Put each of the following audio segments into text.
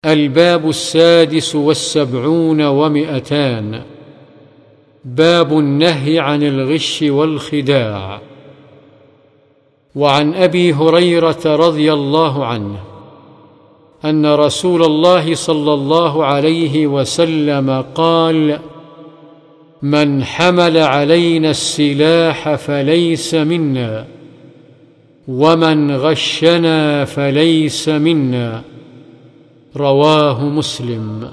الباب 76 و200. باب النهي عن الغش والخداع. وعن أبي هريرة رضي الله عنه أن رسول الله صلى الله عليه وسلم قال: من حمل علينا السلاح فليس منا، ومن غشنا فليس منا. رواه مسلم.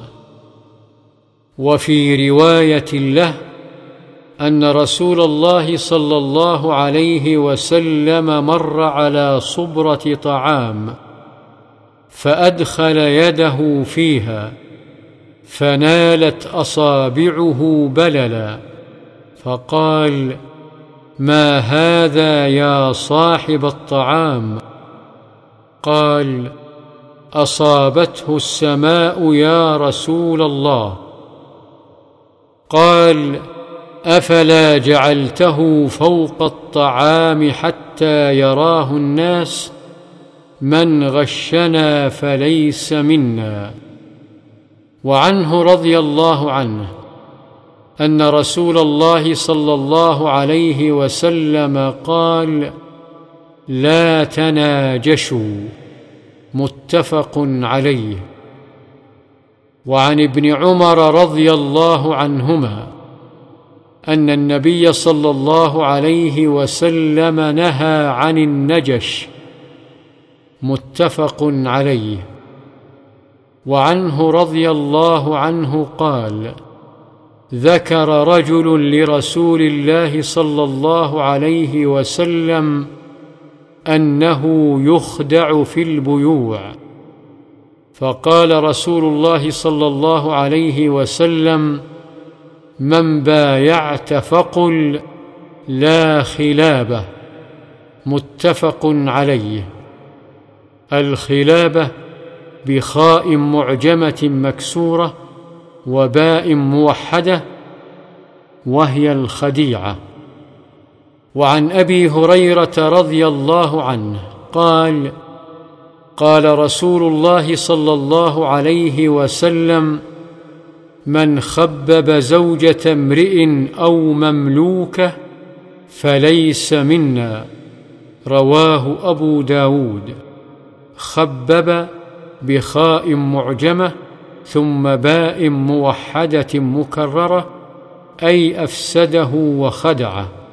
وفي رواية له أن رسول الله صلى الله عليه وسلم مر على صبرة طعام فأدخل يده فيها فنالت أصابعه بللا، فقال: ما هذا يا صاحب الطعام؟ قال: أصابته السماء يا رسول الله. قال: أفلا جعلته فوق الطعام حتى يراه الناس؟ من غشنا فليس منا. وعنه رضي الله عنه أن رسول الله صلى الله عليه وسلم قال: لا تناجشوا. متفق عليه. وعن ابن عمر رضي الله عنهما أن النبي صلى الله عليه وسلم نهى عن النجش. متفق عليه. وعنه رضي الله عنه قال: ذكر رجل لرسول الله صلى الله عليه وسلم أنه يخدع في البيوع، فقال رسول الله صلى الله عليه وسلم: من بايعت فقل لا خلابة. متفق عليه. الخلابة بخاء معجمة مكسورة وباء موحدة، وهي الخديعة. وعن أبي هريرة رضي الله عنه قال: قال رسول الله صلى الله عليه وسلم: من خبب زوجة امرئ أو مملوكة فليس منا. رواه أبو داود. خبب بخاء معجمة ثم باء موحدة مكررة، أي أفسده وخدعه.